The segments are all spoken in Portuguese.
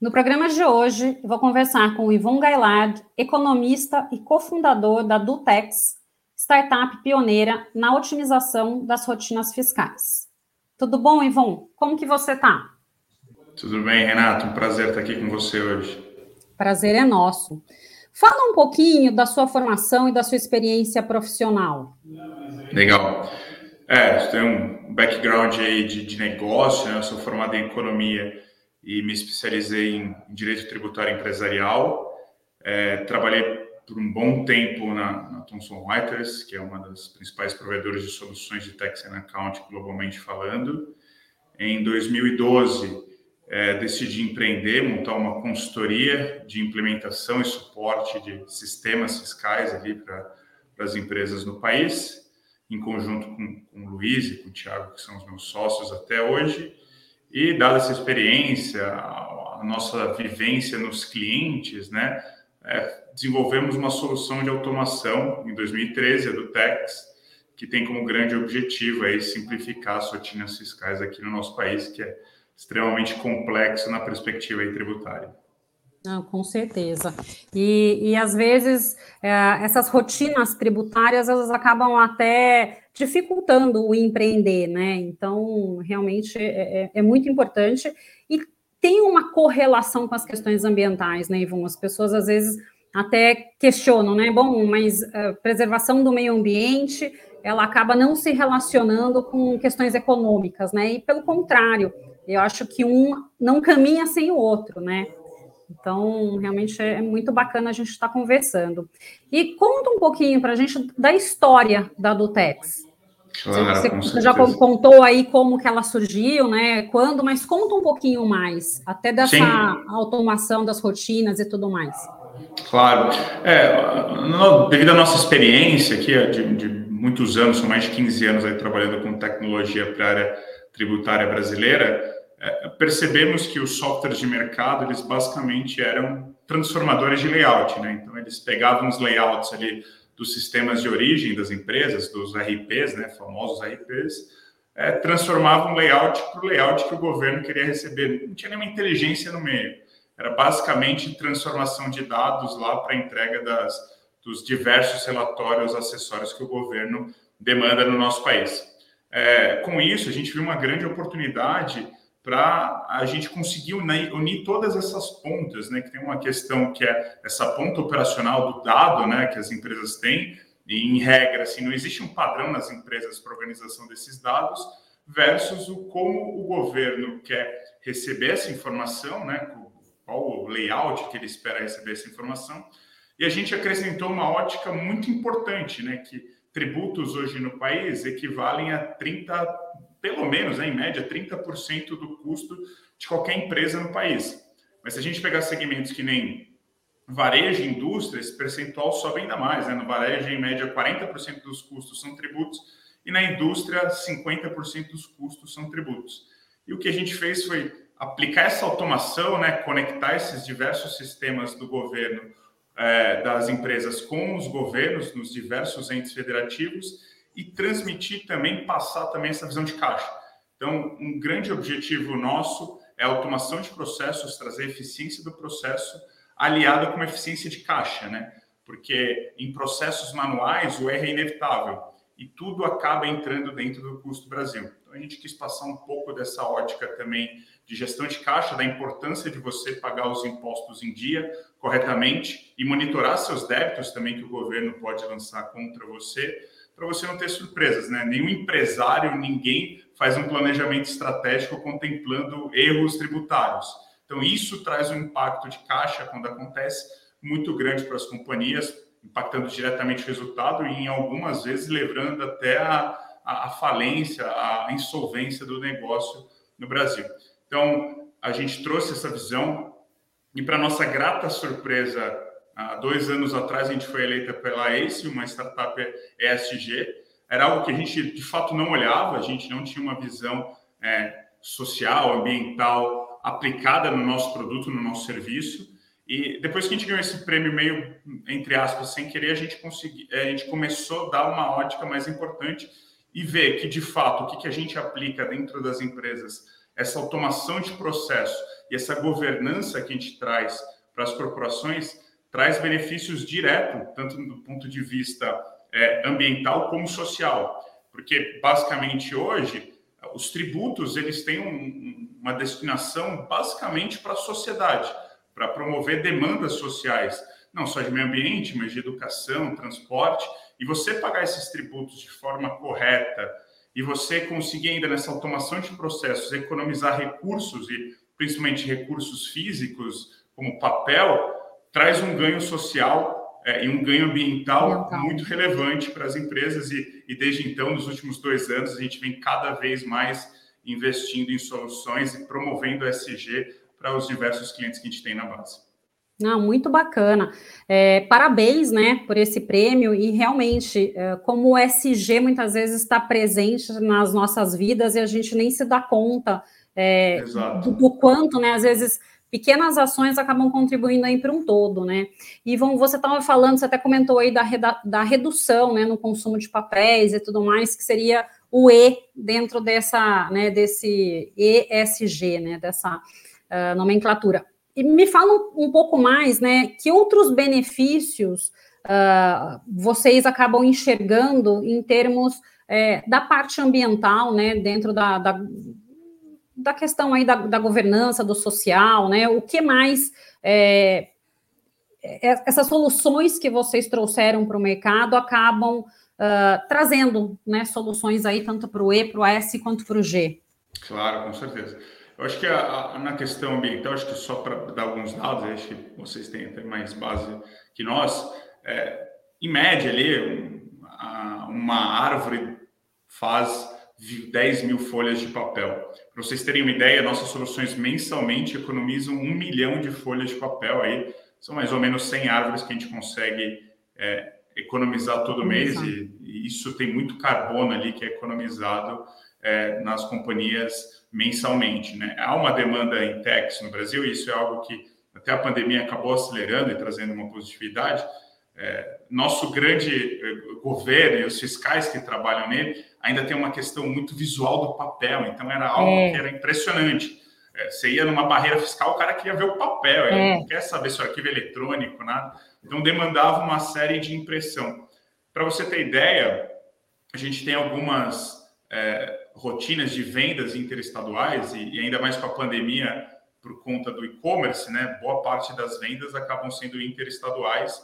No programa de hoje, eu vou conversar com o Yvon Gaillard, economista e cofundador da Dultex, startup pioneira na otimização das rotinas fiscais. Tudo bom, Yvon? Como que você está? Tudo bem, Renato. Um prazer estar aqui com você hoje. Prazer é nosso. Fala um pouquinho da sua formação e da sua experiência profissional. Legal. Eu tenho um background aí de negócio, né? Eu sou formado em economia e me especializei em direito tributário empresarial. Trabalhei por um bom tempo na Thomson Reuters, que é uma das principais provedoras de soluções de Tax and Accounting globalmente falando. Em 2012, decidi empreender, montar uma consultoria de implementação e suporte de sistemas fiscais ali para as empresas no país, em conjunto com o Luiz e com o Thiago, que são os meus sócios até hoje. E, dada essa experiência, a nossa vivência nos clientes, né, desenvolvemos uma solução de automação em 2013, a Dultex, que tem como grande objetivo aí simplificar as rotinas fiscais aqui no nosso país, que é extremamente complexo na perspectiva aí tributária. Não, com certeza. E às vezes, essas rotinas tributárias, elas acabam até dificultando o empreender, né? Então, realmente, é muito importante. E tem uma correlação com as questões ambientais, né, Yvon? As pessoas, às vezes, até questionam, né? Bom, mas a preservação do meio ambiente, ela acaba não se relacionando com questões econômicas, né? E, pelo contrário, eu acho que um não caminha sem o outro, né? Então, realmente é muito bacana a gente estar conversando. E conta um pouquinho para a gente da história da Dultex. Claro, você já contou aí como que ela surgiu, né? Quando, mas conta um pouquinho mais, até dessa automação das rotinas e tudo mais. Claro. Devido à nossa experiência aqui de muitos anos, são mais de 15 anos aí trabalhando com tecnologia para a área tributária brasileira, percebemos que os softwares de mercado, eles basicamente eram transformadores de layout, né? Então, eles pegavam os layouts ali dos sistemas de origem das empresas, dos RPs, né? Famosos RPs, transformavam o layout para o layout que o governo queria receber. Não tinha nenhuma inteligência no meio. Era basicamente transformação de dados lá para a entrega dos diversos relatórios acessórios que o governo demanda no nosso país. Com isso, a gente viu uma grande oportunidade para a gente conseguir unir todas essas pontas, né? Que tem uma questão que é essa ponta operacional do dado, né? Que as empresas têm, e em regra, assim, não existe um padrão nas empresas para organização desses dados, versus como o governo quer receber essa informação, né? Qual o layout que ele espera receber essa informação. E a gente acrescentou uma ótica muito importante, né? Que tributos hoje no país equivalem a 30%, pelo menos, né, em média, 30% do custo de qualquer empresa no país. Mas se a gente pegar segmentos que nem varejo e indústria, esse percentual sobe ainda mais, né? No varejo, em média, 40% dos custos são tributos e na indústria, 50% dos custos são tributos. E o que a gente fez foi aplicar essa automação, né, conectar esses diversos sistemas do governo, das empresas com os governos nos diversos entes federativos e transmitir também, passar também essa visão de caixa. Então, um grande objetivo nosso é a automação de processos, trazer eficiência do processo aliada com eficiência de caixa, né? Porque em processos manuais o erro é inevitável e tudo acaba entrando dentro do custo Brasil. Então, a gente quis passar um pouco dessa ótica também de gestão de caixa, da importância de você pagar os impostos em dia, corretamente, e monitorar seus débitos também que o governo pode lançar contra você, para você não ter surpresas, né? Nenhum empresário, ninguém faz um planejamento estratégico contemplando erros tributários. Então, isso traz um impacto de caixa, quando acontece, muito grande para as companhias, impactando diretamente o resultado e, em algumas vezes, levando até a falência, a insolvência do negócio no Brasil. Então, a gente trouxe essa visão e, para nossa grata surpresa, há 2 anos atrás, a gente foi eleita pela ACE, uma startup ESG. Era algo que a gente, de fato, não olhava, a gente não tinha uma visão social, ambiental, aplicada no nosso produto, no nosso serviço. E depois que a gente ganhou esse prêmio meio, entre aspas, sem querer, a gente começou a dar uma ótica mais importante e ver que, de fato, o que a gente aplica dentro das empresas, essa automação de processo E essa governança que a gente traz para as corporações traz benefícios diretos, tanto do ponto de vista ambiental como social. Porque, basicamente, hoje, os tributos eles têm uma destinação basicamente para a sociedade, para promover demandas sociais, não só de meio ambiente, mas de educação, transporte. E você pagar esses tributos de forma correta e você conseguir ainda nessa automação de processos economizar recursos, e principalmente recursos físicos, como papel, traz um ganho social e um ganho ambiental muito relevante para as empresas. E desde então, nos últimos 2 anos, a gente vem cada vez mais investindo em soluções e promovendo ESG para os diversos clientes que a gente tem na base. Não, muito bacana. Parabéns, né, por esse prêmio. E realmente, como o ESG muitas vezes está presente nas nossas vidas e a gente nem se dá conta do quanto, né, às vezes pequenas ações acabam contribuindo aí para um todo, né? E você estava falando, você até comentou aí da redução, né, no consumo de papéis e tudo mais, que seria o E dentro desse ESG, né, dessa nomenclatura. E me fala um pouco mais, né, que outros benefícios vocês acabam enxergando em termos da parte ambiental, né, dentro da questão aí da governança, do social, né, o que mais essas soluções que vocês trouxeram para o mercado acabam trazendo, né, soluções aí tanto para o E, para o S, quanto para o G. Claro, com certeza. Eu acho que na questão ambiental, acho que só para dar alguns dados, acho que vocês têm até mais base que nós, em média ali, uma árvore faz 10 mil folhas de papel. Para vocês terem uma ideia, nossas soluções mensalmente economizam 1 milhão de folhas de papel. Aí são mais ou menos 100 árvores que a gente consegue economizar todo mês, e isso tem muito carbono ali que é economizado nas companhias mensalmente, né? Há uma demanda em techs no Brasil, e isso é algo que até a pandemia acabou acelerando e trazendo uma positividade. Nosso grande governo e os fiscais que trabalham nele ainda tem uma questão muito visual do papel, então era algo que era impressionante. Você ia numa barreira fiscal, o cara queria ver o papel, ele não quer saber se o arquivo é eletrônico, nada. Então demandava uma série de impressão. Para você ter ideia, a gente tem algumas rotinas de vendas interestaduais, e ainda mais com a pandemia, por conta do e-commerce, né? Boa parte das vendas acabam sendo interestaduais,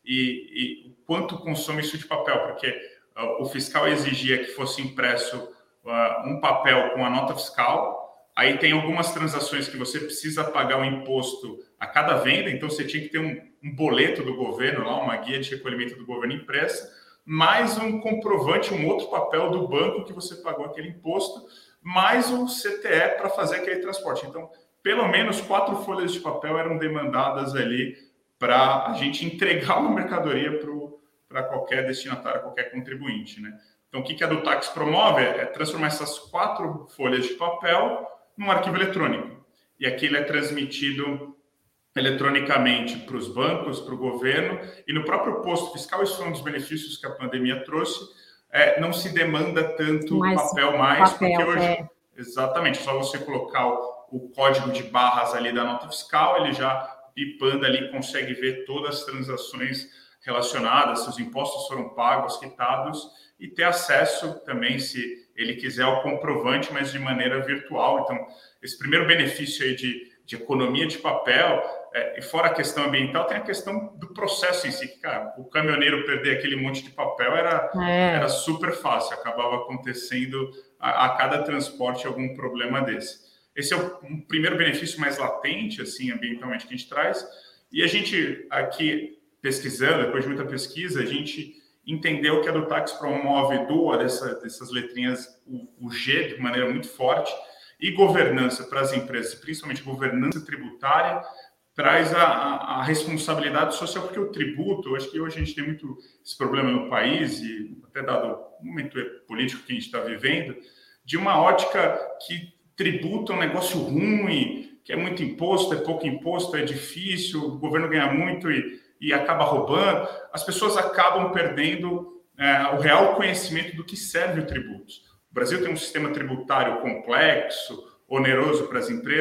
e o quanto consome isso de papel, porque o fiscal exigia que fosse impresso um papel com a nota fiscal, aí tem algumas transações que você precisa pagar o imposto a cada venda, então você tinha que ter um boleto do governo, lá, uma guia de recolhimento do governo impressa, mais um comprovante, um outro papel do banco que você pagou aquele imposto, mais o CTE para fazer aquele transporte. Então, pelo menos 4 folhas de papel eram demandadas ali para a gente entregar uma mercadoria para qualquer destinatário, qualquer contribuinte, né? Então, o que a Dutax promove é transformar essas 4 folhas de papel num arquivo eletrônico. E aquilo é transmitido eletronicamente para os bancos, para o governo, e no próprio posto fiscal. Isso foi um dos benefícios que a pandemia trouxe. Não se demanda tanto papel mais, porque hoje, exatamente, só você colocar o código de barras ali da nota fiscal, ele já, pipando ali, consegue ver todas as transações relacionadas, se os impostos foram pagos, quitados, e ter acesso também, se ele quiser, ao comprovante, mas de maneira virtual. Então, esse primeiro benefício aí de economia de papel, e fora a questão ambiental, tem a questão do processo em si, que, cara, o caminhoneiro perder aquele monte de papel era super fácil, acabava acontecendo a cada transporte algum problema desse. Esse é um primeiro benefício mais latente, assim, ambientalmente, que a gente traz. E a gente, aqui, pesquisando, depois de muita pesquisa, a gente entendeu que a Dutax promove dessas letrinhas, o G, de maneira muito forte, e governança para as empresas, principalmente governança tributária, traz a responsabilidade social, porque o tributo, eu acho que hoje a gente tem muito esse problema no país, e até dado o momento político que a gente está vivendo, de uma ótica que tributo é um negócio ruim, que é muito imposto, é pouco imposto, é difícil, o governo ganha muito e acaba roubando. As pessoas acabam perdendo o real conhecimento do que serve o tributo. O Brasil tem um sistema tributário complexo, oneroso para as empresas,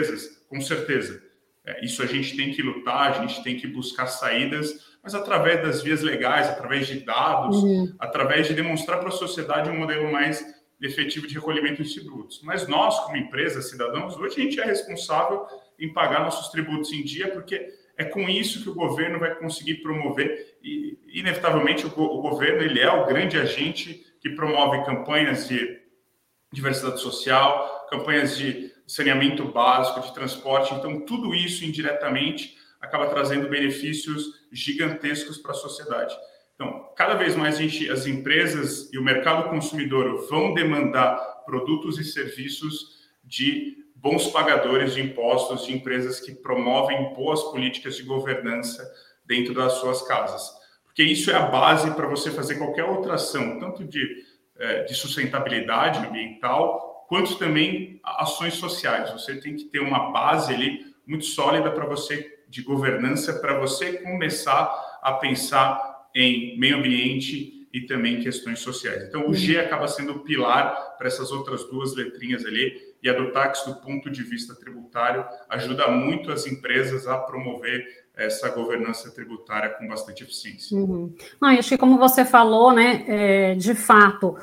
com certeza. Isso a gente tem que lutar, a gente tem que buscar saídas, mas através das vias legais, através de dados, através de demonstrar para a sociedade um modelo mais efetivo de recolhimento de tributos. Mas nós, como empresa, cidadãos, hoje a gente é responsável em pagar nossos tributos em dia, porque é com isso que o governo vai conseguir promover, e inevitavelmente o governo ele é o grande agente que promove campanhas de diversidade social, campanhas de saneamento básico, de transporte. Então, tudo isso indiretamente acaba trazendo benefícios gigantescos para a sociedade. Então, cada vez mais as empresas e o mercado consumidor vão demandar produtos e serviços de bons pagadores de impostos, de empresas que promovem boas políticas de governança dentro das suas casas. Porque isso é a base para você fazer qualquer outra ação, tanto de sustentabilidade ambiental, quanto também ações sociais. Você tem que ter uma base ali muito sólida para você, de governança, para você começar a pensar em meio ambiente e também questões sociais. Então, o G acaba sendo o pilar para essas outras duas letrinhas ali, e a do táxi, do ponto de vista tributário, ajuda muito as empresas a promover essa governança tributária com bastante eficiência. Não, acho que como você falou, né, de fato,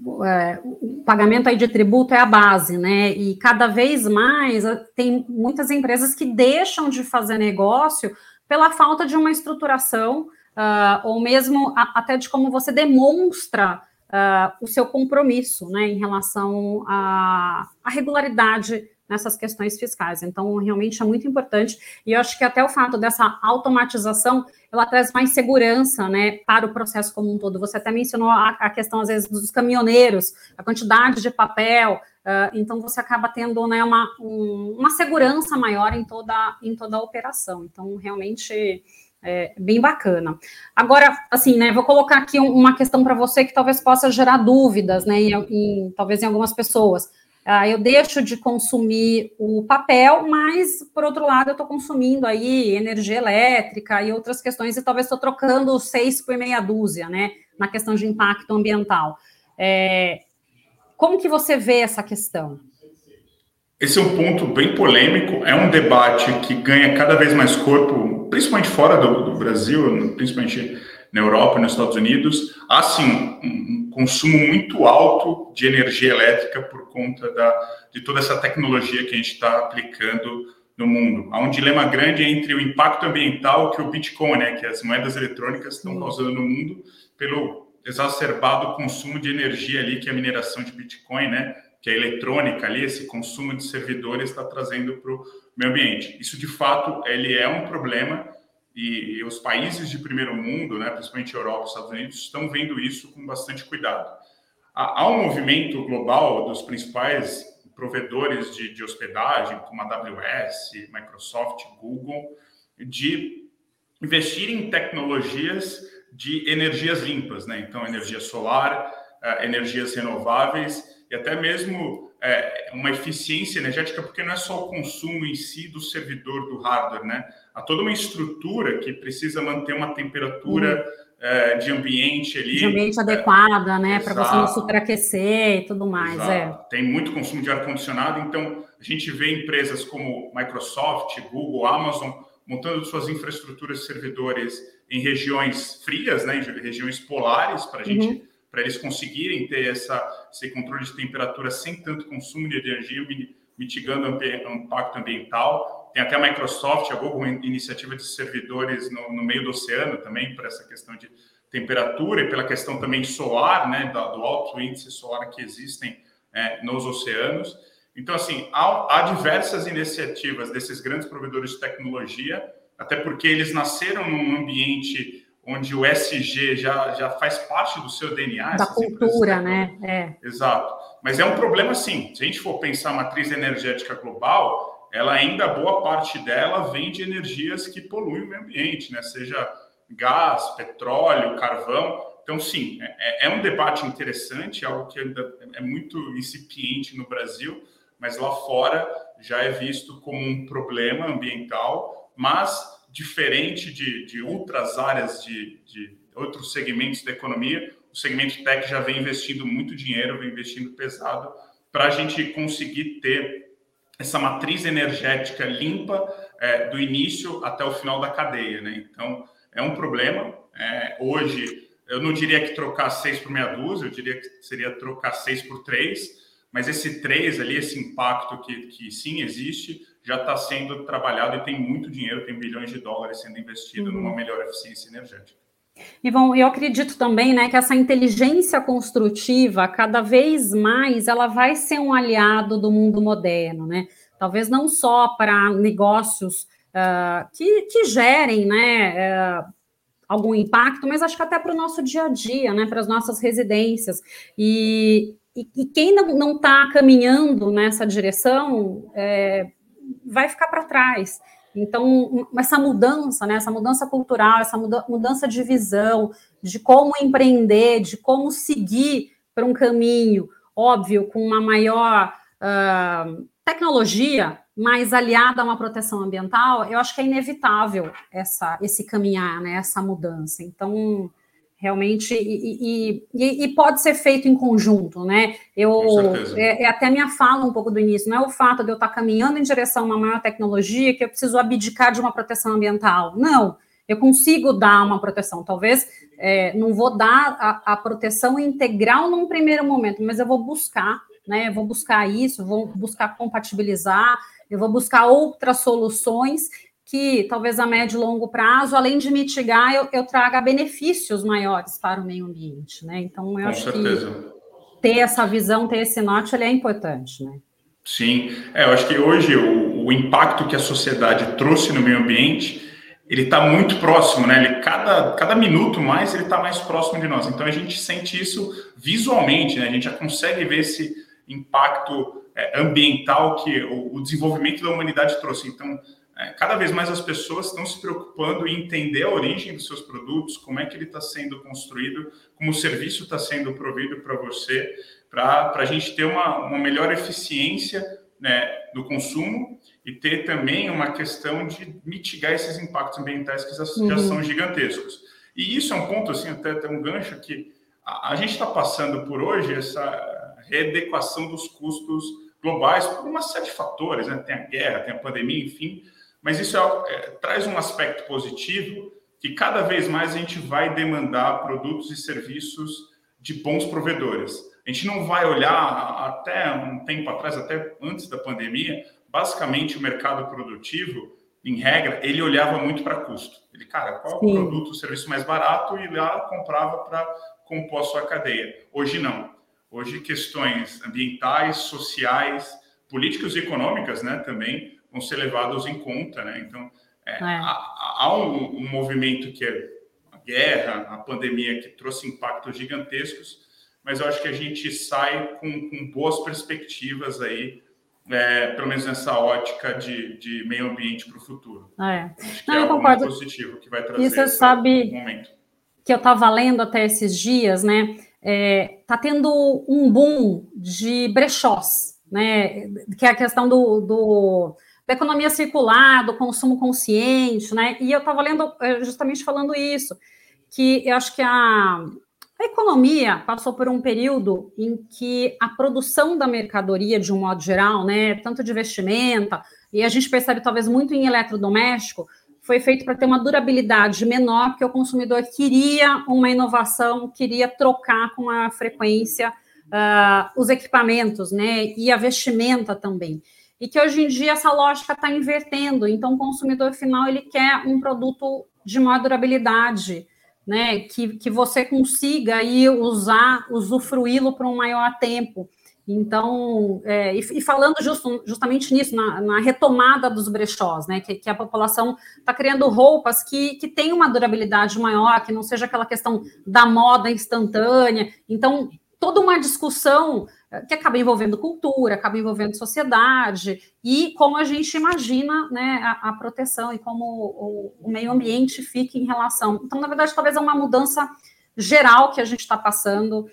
o pagamento aí de tributo é a base, né, e cada vez mais tem muitas empresas que deixam de fazer negócio pela falta de uma estruturação, ou mesmo até de como você demonstra o seu compromisso, né, em relação à regularidade nessas questões fiscais. Então, realmente é muito importante, e eu acho que até o fato dessa automatização, ela traz mais segurança, né, para o processo como um todo. Você até mencionou a questão, às vezes, dos caminhoneiros, a quantidade de papel, então você acaba tendo, né, uma segurança maior em toda a operação. Então, realmente é bem bacana. Agora, assim, né, vou colocar aqui uma questão para você que talvez possa gerar dúvidas, né, talvez em algumas pessoas. Eu deixo de consumir o papel, mas, por outro lado, eu estou consumindo aí energia elétrica e outras questões, e talvez estou trocando 6 por meia dúzia, né, na questão de impacto ambiental. Como que você vê essa questão? Esse é um ponto bem polêmico, é um debate que ganha cada vez mais corpo, principalmente fora do Brasil, principalmente na Europa e nos Estados Unidos. Há, sim, um consumo muito alto de energia elétrica por conta de toda essa tecnologia que a gente está aplicando no mundo. Há um dilema grande entre o impacto ambiental que o Bitcoin, né, que as moedas eletrônicas estão causando no mundo, pelo exacerbado consumo de energia ali, que é a mineração de Bitcoin, né, que a eletrônica ali, esse consumo de servidores está trazendo para o meio ambiente. Isso, de fato, ele é um problema, e os países de primeiro mundo, né, principalmente a Europa e os Estados Unidos, estão vendo isso com bastante cuidado. Há um movimento global dos principais provedores de hospedagem, como a AWS, Microsoft, Google, de investir em tecnologias de energias limpas, né? Então, energia solar, energias renováveis, e até mesmo uma eficiência energética, porque não é só o consumo em si do servidor, do hardware, né? Há toda uma estrutura que precisa manter uma temperatura de ambiente ali. De ambiente adequada, né? Para você não superaquecer e tudo mais. Tem muito consumo de ar-condicionado, então a gente vê empresas como Microsoft, Google, Amazon, montando suas infraestruturas de servidores em regiões frias, né? Em regiões polares, para eles conseguirem ter esse controle de temperatura sem tanto consumo de energia, mitigando o impacto ambiental. Tem até a Microsoft, a Google, uma iniciativa de servidores no meio do oceano também, para essa questão de temperatura e pela questão também solar, né, do alto índice solar que existem nos oceanos. Então, assim, há diversas iniciativas desses grandes provedores de tecnologia, até porque eles nasceram num ambiente onde o ESG já faz parte do seu DNA. Da cultura, né? Exato. Mas é um problema, sim. Se a gente for pensar a matriz energética global, ela ainda, boa parte dela, vem de energias que poluem o meio ambiente, né? Seja gás, petróleo, carvão. Então, sim, é um debate interessante, algo que ainda é muito incipiente no Brasil, mas lá fora já é visto como um problema ambiental, mas diferente de outras áreas, de outros segmentos da economia, o segmento tech já vem investindo muito dinheiro, vem investindo pesado para a gente conseguir ter essa matriz energética limpa do início até o final da cadeia, né? Então, é um problema. Hoje, eu não diria que trocar 6 por meia dúzia, eu diria que seria trocar 6 por 3, mas esse 3 ali, esse impacto que sim existe, já está sendo trabalhado e tem muito dinheiro, tem bilhões de dólares sendo investido numa melhor eficiência energética. Ivon, eu acredito também, né, que essa inteligência construtiva, cada vez mais, ela vai ser um aliado do mundo moderno, né? Talvez não só para negócios que gerem, né, algum impacto, mas acho que até para o nosso dia a dia, né, para as nossas residências. E quem não está caminhando nessa direção vai ficar para trás. Então, essa mudança, né, essa mudança cultural, essa mudança de visão, de como empreender, de como seguir para um caminho, óbvio, com uma maior tecnologia, mas aliada a uma proteção ambiental, eu acho que é inevitável esse caminhar, né, essa mudança. Então, realmente, e pode ser feito em conjunto, né? Até a minha fala um pouco do início, não é o fato de eu estar caminhando em direção a uma maior tecnologia que eu preciso abdicar de uma proteção ambiental. Não, eu consigo dar uma proteção. Talvez não vou dar a proteção integral num primeiro momento, mas eu vou buscar, né? Eu vou buscar isso, vou buscar compatibilizar, eu vou buscar outras soluções que talvez a médio e longo prazo, além de mitigar, eu traga benefícios maiores para o meio ambiente, né? Então, eu acho que ter essa visão, ter esse norte, ele é importante, né? Sim, eu acho que hoje o impacto que a sociedade trouxe no meio ambiente, ele está muito próximo, né? Cada minuto mais, ele está mais próximo de nós. Então, a gente sente isso visualmente, né? A gente já consegue ver esse impacto ambiental que o desenvolvimento da humanidade trouxe. Então, cada vez mais as pessoas estão se preocupando em entender a origem dos seus produtos, como é que ele está sendo construído, como o serviço está sendo provido para você, para a gente ter uma melhor eficiência, né, no consumo e ter também uma questão de mitigar esses impactos ambientais que já são gigantescos. E isso é um ponto, assim, até um gancho que a gente está passando por hoje, essa readequação dos custos globais por uma série de fatores, né? Tem a guerra, tem a pandemia, enfim, mas isso traz um aspecto positivo que cada vez mais a gente vai demandar produtos e serviços de bons provedores. A gente não vai olhar até um tempo atrás, até antes da pandemia, basicamente o mercado produtivo, em regra, ele olhava muito para custo. Ele, cara, qual é o produto, o serviço mais barato, e lá comprava para compor a sua cadeia. Hoje não. Hoje questões ambientais, sociais, políticas e econômicas, né, também vão ser levados em conta, né? Então, há um movimento que é a guerra, a pandemia, que trouxe impactos gigantescos, mas eu acho que a gente sai com boas perspectivas aí, pelo menos nessa ótica de meio ambiente para o futuro. Acho que eu concordo. Muito positivo que vai trazer esse momento. Que eu estava lendo até esses dias, né? Tá tendo um boom de brechós, né? Que é a questão da economia circular, do consumo consciente, né? E eu estava lendo justamente falando isso, que eu acho que a economia passou por um período em que a produção da mercadoria, de um modo geral, né, tanto de vestimenta, e a gente percebe talvez muito em eletrodoméstico, foi feito para ter uma durabilidade menor, porque o consumidor queria uma inovação, queria trocar com a frequência os equipamentos, né, e a vestimenta também. E que hoje em dia essa lógica está invertendo, então o consumidor final ele quer um produto de maior durabilidade, né, que você consiga aí usufruí-lo por um maior tempo. Então, e falando justamente nisso, na retomada dos brechós, né, que a população está criando roupas que têm uma durabilidade maior, que não seja aquela questão da moda instantânea. Então, toda uma discussão que acaba envolvendo cultura, acaba envolvendo sociedade, e como a gente imagina, né, a proteção e como o meio ambiente fica em relação. Então, na verdade, talvez é uma mudança geral que a gente está passando,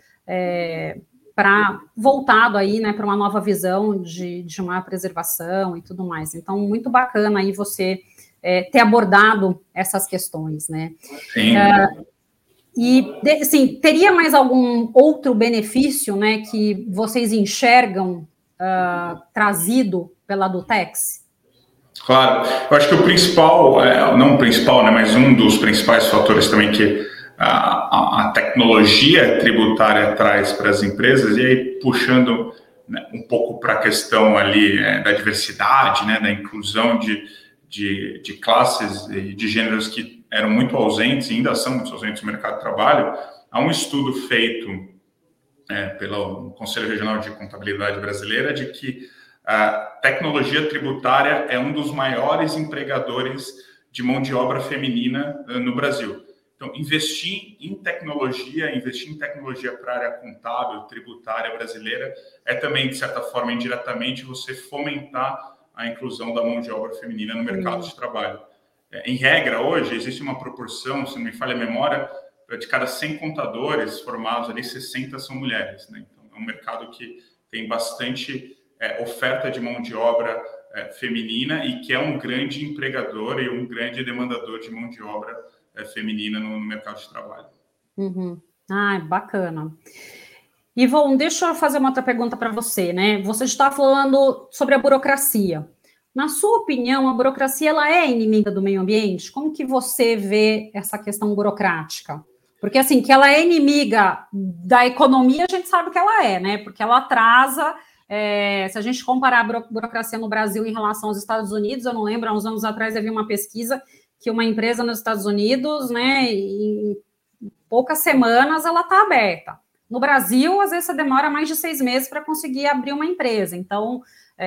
voltado aí, né, para uma nova visão de uma preservação e tudo mais. Então, muito bacana aí você ter abordado essas questões, né? Sim. E, assim, teria mais algum outro benefício, né, que vocês enxergam trazido pela Dultex? Claro, eu acho que o principal, não o principal, né, mas um dos principais fatores também que a tecnologia tributária traz para as empresas, e aí puxando, né, um pouco para a questão ali da diversidade, né, da inclusão de classes e de gêneros que eram muito ausentes e ainda são muito ausentes no mercado de trabalho. Há um estudo feito pelo Conselho Regional de Contabilidade Brasileira de que a tecnologia tributária é um dos maiores empregadores de mão de obra feminina no Brasil. Então, investir em tecnologia para a área contábil, tributária brasileira, é também, de certa forma, indiretamente, você fomentar a inclusão da mão de obra feminina no mercado de trabalho. Em regra, hoje, existe uma proporção, se não me falha a memória, de cada 100 contadores formados ali, 60 são mulheres, né? Então, é um mercado que tem bastante oferta de mão de obra feminina e que é um grande empregador e um grande demandador de mão de obra feminina no mercado de trabalho. Uhum. Ah, bacana. Ivon, deixa eu fazer uma outra pergunta para você, né? Você está falando sobre a burocracia. Na sua opinião, a burocracia ela é inimiga do meio ambiente? Como que você vê essa questão burocrática? Porque, assim, que ela é inimiga da economia, a gente sabe que ela é, né? Porque ela atrasa. Se a gente comparar a burocracia no Brasil em relação aos Estados Unidos, eu não lembro, há uns anos atrás havia uma pesquisa que uma empresa nos Estados Unidos, né, em poucas semanas ela está aberta. No Brasil, às vezes, você demora mais de 6 meses para conseguir abrir uma empresa. Então,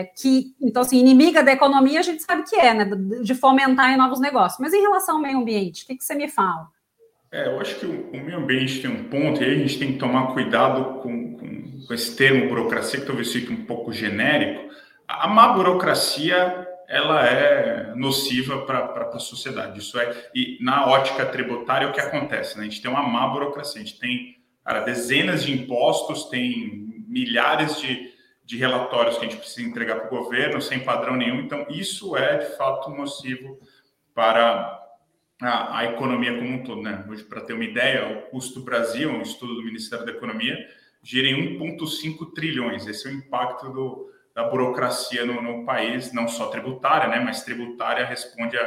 assim, inimiga da economia, a gente sabe que é, né, de fomentar em novos negócios. Mas em relação ao meio ambiente, o que você me fala? Eu acho que o meio ambiente tem um ponto, e aí a gente tem que tomar cuidado com esse termo burocracia, que talvez fique um pouco genérico. A má burocracia, ela é nociva para a sociedade. Isso e na ótica tributária, o que acontece? Né? A gente tem uma má burocracia, a gente tem dezenas de impostos, tem milhares de relatórios que a gente precisa entregar para o governo, sem padrão nenhum. Então, isso é, de fato, nocivo para a economia como um todo, né? Hoje, para ter uma ideia, o custo do Brasil, um estudo do Ministério da Economia, gira em 1,5 trilhões. Esse é o impacto da burocracia no país, não só tributária, né? Mas tributária responde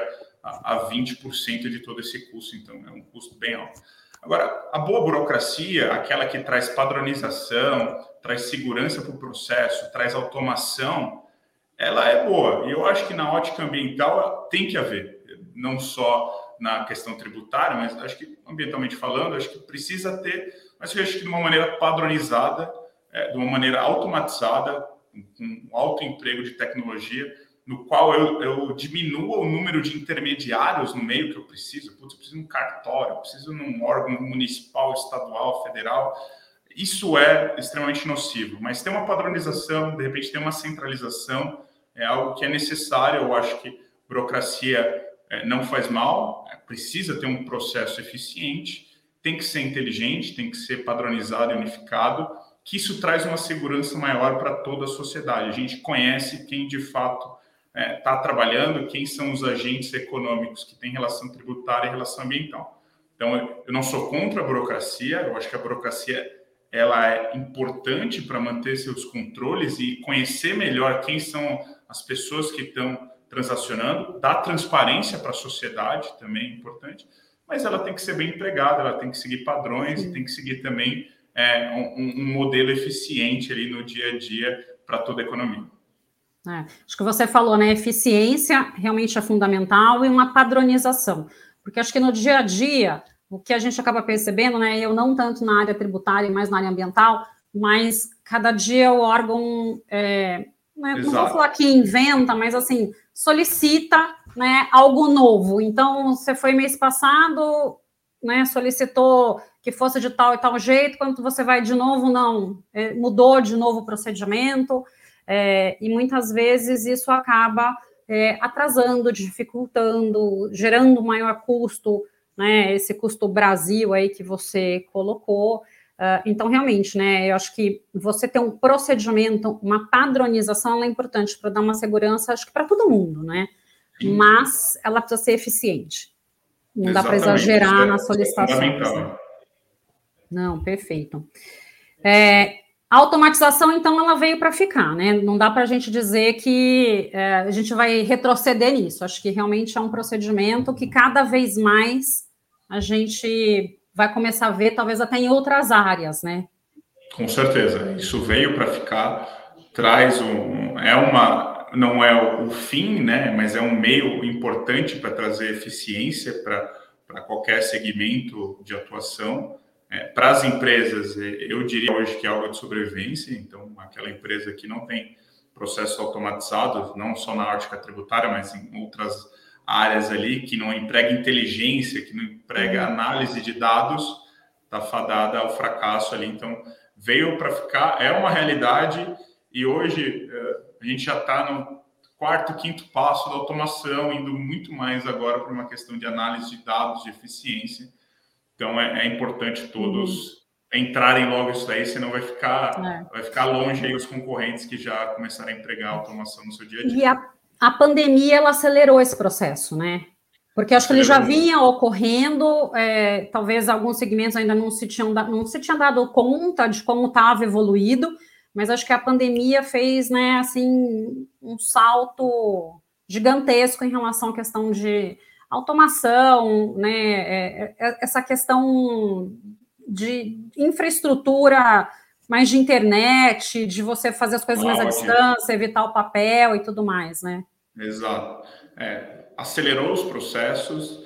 a 20% de todo esse custo, então é um custo bem alto. Agora, a boa burocracia, aquela que traz padronização, traz segurança para o processo, traz automação, ela é boa. E eu acho que na ótica ambiental tem que haver, não só na questão tributária, mas acho que, ambientalmente falando, acho que precisa ter, mas eu acho que de uma maneira padronizada, de uma maneira automatizada, com alto emprego de tecnologia, no qual eu diminua o número de intermediários no meio que eu preciso. Putz, eu preciso de um cartório, eu preciso de um órgão municipal, estadual, federal. Isso é extremamente nocivo, mas tem uma padronização, de repente tem uma centralização, é algo que é necessário. Eu acho que burocracia não faz mal, precisa ter um processo eficiente, tem que ser inteligente, tem que ser padronizado e unificado, que isso traz uma segurança maior para toda a sociedade. A gente conhece quem de fato está trabalhando, quem são os agentes econômicos que têm relação tributária e relação ambiental. Então, eu não sou contra a burocracia, eu acho que a burocracia ela é importante para manter seus controles e conhecer melhor quem são as pessoas que estão transacionando, dar transparência para a sociedade também é importante, mas ela tem que ser bem empregada, ela tem que seguir padrões e tem que seguir também um modelo eficiente ali no dia a dia para toda a economia. Acho que você falou, né? Eficiência realmente é fundamental e uma padronização, porque acho que no dia a dia, o que a gente acaba percebendo, né? Eu não tanto na área tributária e mais na área ambiental, mas cada dia o órgão, não vou falar que inventa, mas assim, solicita, né, algo novo. Então, você foi mês passado, né, solicitou que fosse de tal e tal jeito, quando você vai de novo, não, mudou de novo o procedimento, e muitas vezes isso acaba atrasando, dificultando, gerando maior custo, né, esse custo Brasil aí que você colocou. Então, realmente, né, eu acho que você ter um procedimento, uma padronização, ela é importante para dar uma segurança, acho que para todo mundo, né? Sim. Mas ela precisa ser eficiente. Não dá para exagerar na solicitação. Não, perfeito. A automatização, então, ela veio para ficar, né? Não dá para a gente dizer que a gente vai retroceder nisso. Acho que realmente é um procedimento que cada vez mais a gente vai começar a ver, talvez até em outras áreas, né? Com certeza, isso veio para ficar, não é o fim, né? Mas é um meio importante para trazer eficiência para qualquer segmento de atuação. Para as empresas, eu diria hoje que é algo de sobrevivência, então aquela empresa que não tem processos automatizados, não só na ótica tributária, mas em outras áreas ali, que não emprega inteligência, que não emprega análise de dados, está fadada ao fracasso ali. Então, veio para ficar, é uma realidade, e hoje a gente já está no quarto, quinto passo da automação, indo muito mais agora para uma questão de análise de dados, de eficiência. Então, é importante todos entrarem logo isso daí, senão vai ficar longe aí os concorrentes que já começaram a empregar automação no seu dia a dia. E a pandemia, ela acelerou esse processo, né? Porque acho que ele já vinha ocorrendo, talvez alguns segmentos ainda não se tinha dado conta de como estava evoluído, mas acho que a pandemia fez, né, assim, um salto gigantesco em relação à questão de automação, né, essa questão de infraestrutura, mais de internet, de você fazer as coisas mais à distância, evitar o papel e tudo mais, né? Exato. Acelerou os processos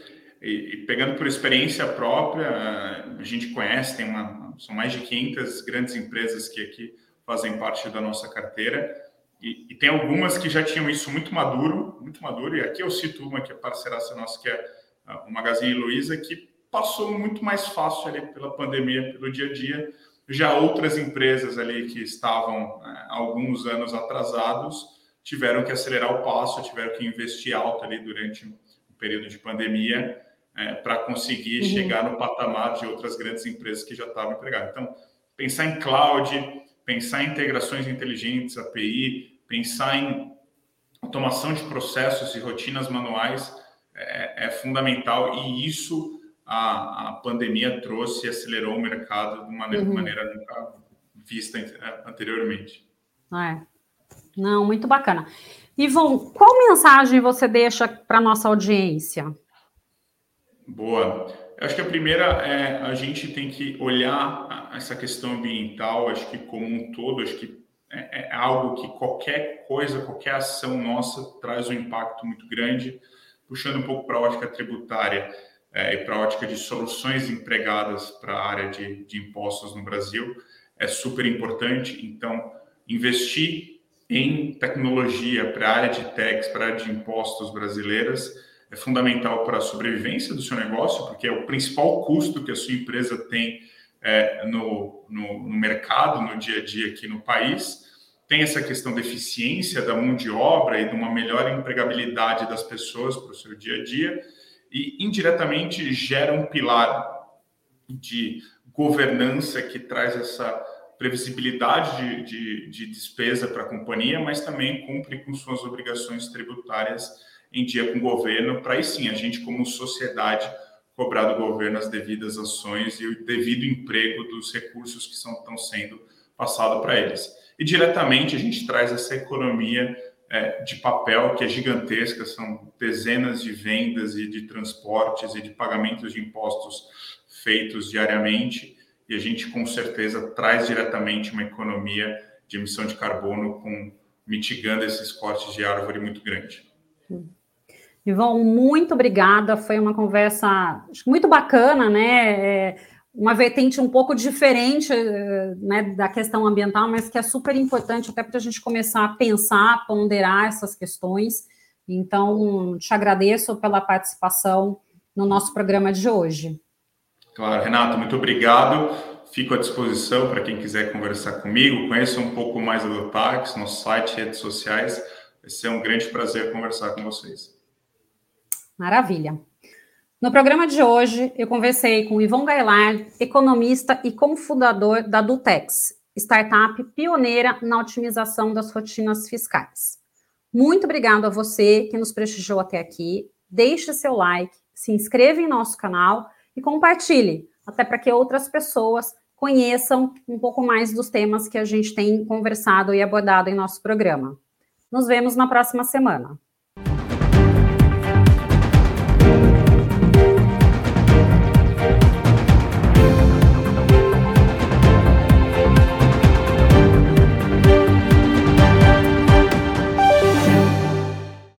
e pegando por experiência própria, a gente conhece, são mais de 500 grandes empresas que aqui fazem parte da nossa carteira e tem algumas que já tinham isso muito maduro, e aqui eu cito uma que é parceiraça nossa, que é o Magazine Luiza, que passou muito mais fácil ali pela pandemia, pelo dia a dia. Já outras empresas ali que estavam alguns anos atrasados tiveram que acelerar o passo, tiveram que investir alto ali durante o período de pandemia para conseguir chegar no patamar de outras grandes empresas que já estavam empregadas. Então, pensar em cloud, pensar em integrações inteligentes, API, pensar em automação de processos e rotinas manuais é fundamental, e isso a pandemia trouxe e acelerou o mercado de uma maneira nunca vista anteriormente. Não, muito bacana. Ivon, qual mensagem você deixa para a nossa audiência? Boa. Eu acho que a primeira a gente tem que olhar essa questão ambiental, acho que como um todo, acho que é algo que qualquer coisa, qualquer ação nossa traz um impacto muito grande, puxando um pouco para a ótica tributária e para a ótica de soluções empregadas para a área de impostos no Brasil, é super importante. Então, investir em tecnologia para a área de techs, para a área de impostos brasileiras, é fundamental para a sobrevivência do seu negócio, porque é o principal custo que a sua empresa tem no mercado, no dia a dia aqui no país. Tem essa questão da eficiência da mão de obra e de uma melhor empregabilidade das pessoas para o seu dia a dia, e indiretamente gera um pilar de governança que traz essa previsibilidade de despesa para a companhia, mas também cumpre com suas obrigações tributárias em dia com o governo, para aí sim a gente, como sociedade, cobrar do governo as devidas ações e o devido emprego dos recursos que estão sendo passados para eles. E diretamente a gente traz essa economia de papel que é gigantesca, são dezenas de vendas e de transportes e de pagamentos de impostos feitos diariamente, e a gente com certeza traz diretamente uma economia de emissão de carbono mitigando esses cortes de árvore muito grande. Ivon, muito obrigada, foi uma conversa muito bacana, né? Uma vertente um pouco diferente, né, da questão ambiental, mas que é super importante até para a gente começar a pensar, ponderar essas questões. Então, te agradeço pela participação no nosso programa de hoje. Claro, Renata, muito obrigado. Fico à disposição para quem quiser conversar comigo, conheça um pouco mais do Tax, nosso site, redes sociais. Vai ser um grande prazer conversar com vocês. Maravilha. No programa de hoje, eu conversei com Ivon Gaillard, economista e cofundador da Dultex, startup pioneira na otimização das rotinas fiscais. Muito obrigado a você que nos prestigiou até aqui. Deixe seu like, se inscreva em nosso canal e compartilhe, até para que outras pessoas conheçam um pouco mais dos temas que a gente tem conversado e abordado em nosso programa. Nos vemos na próxima semana.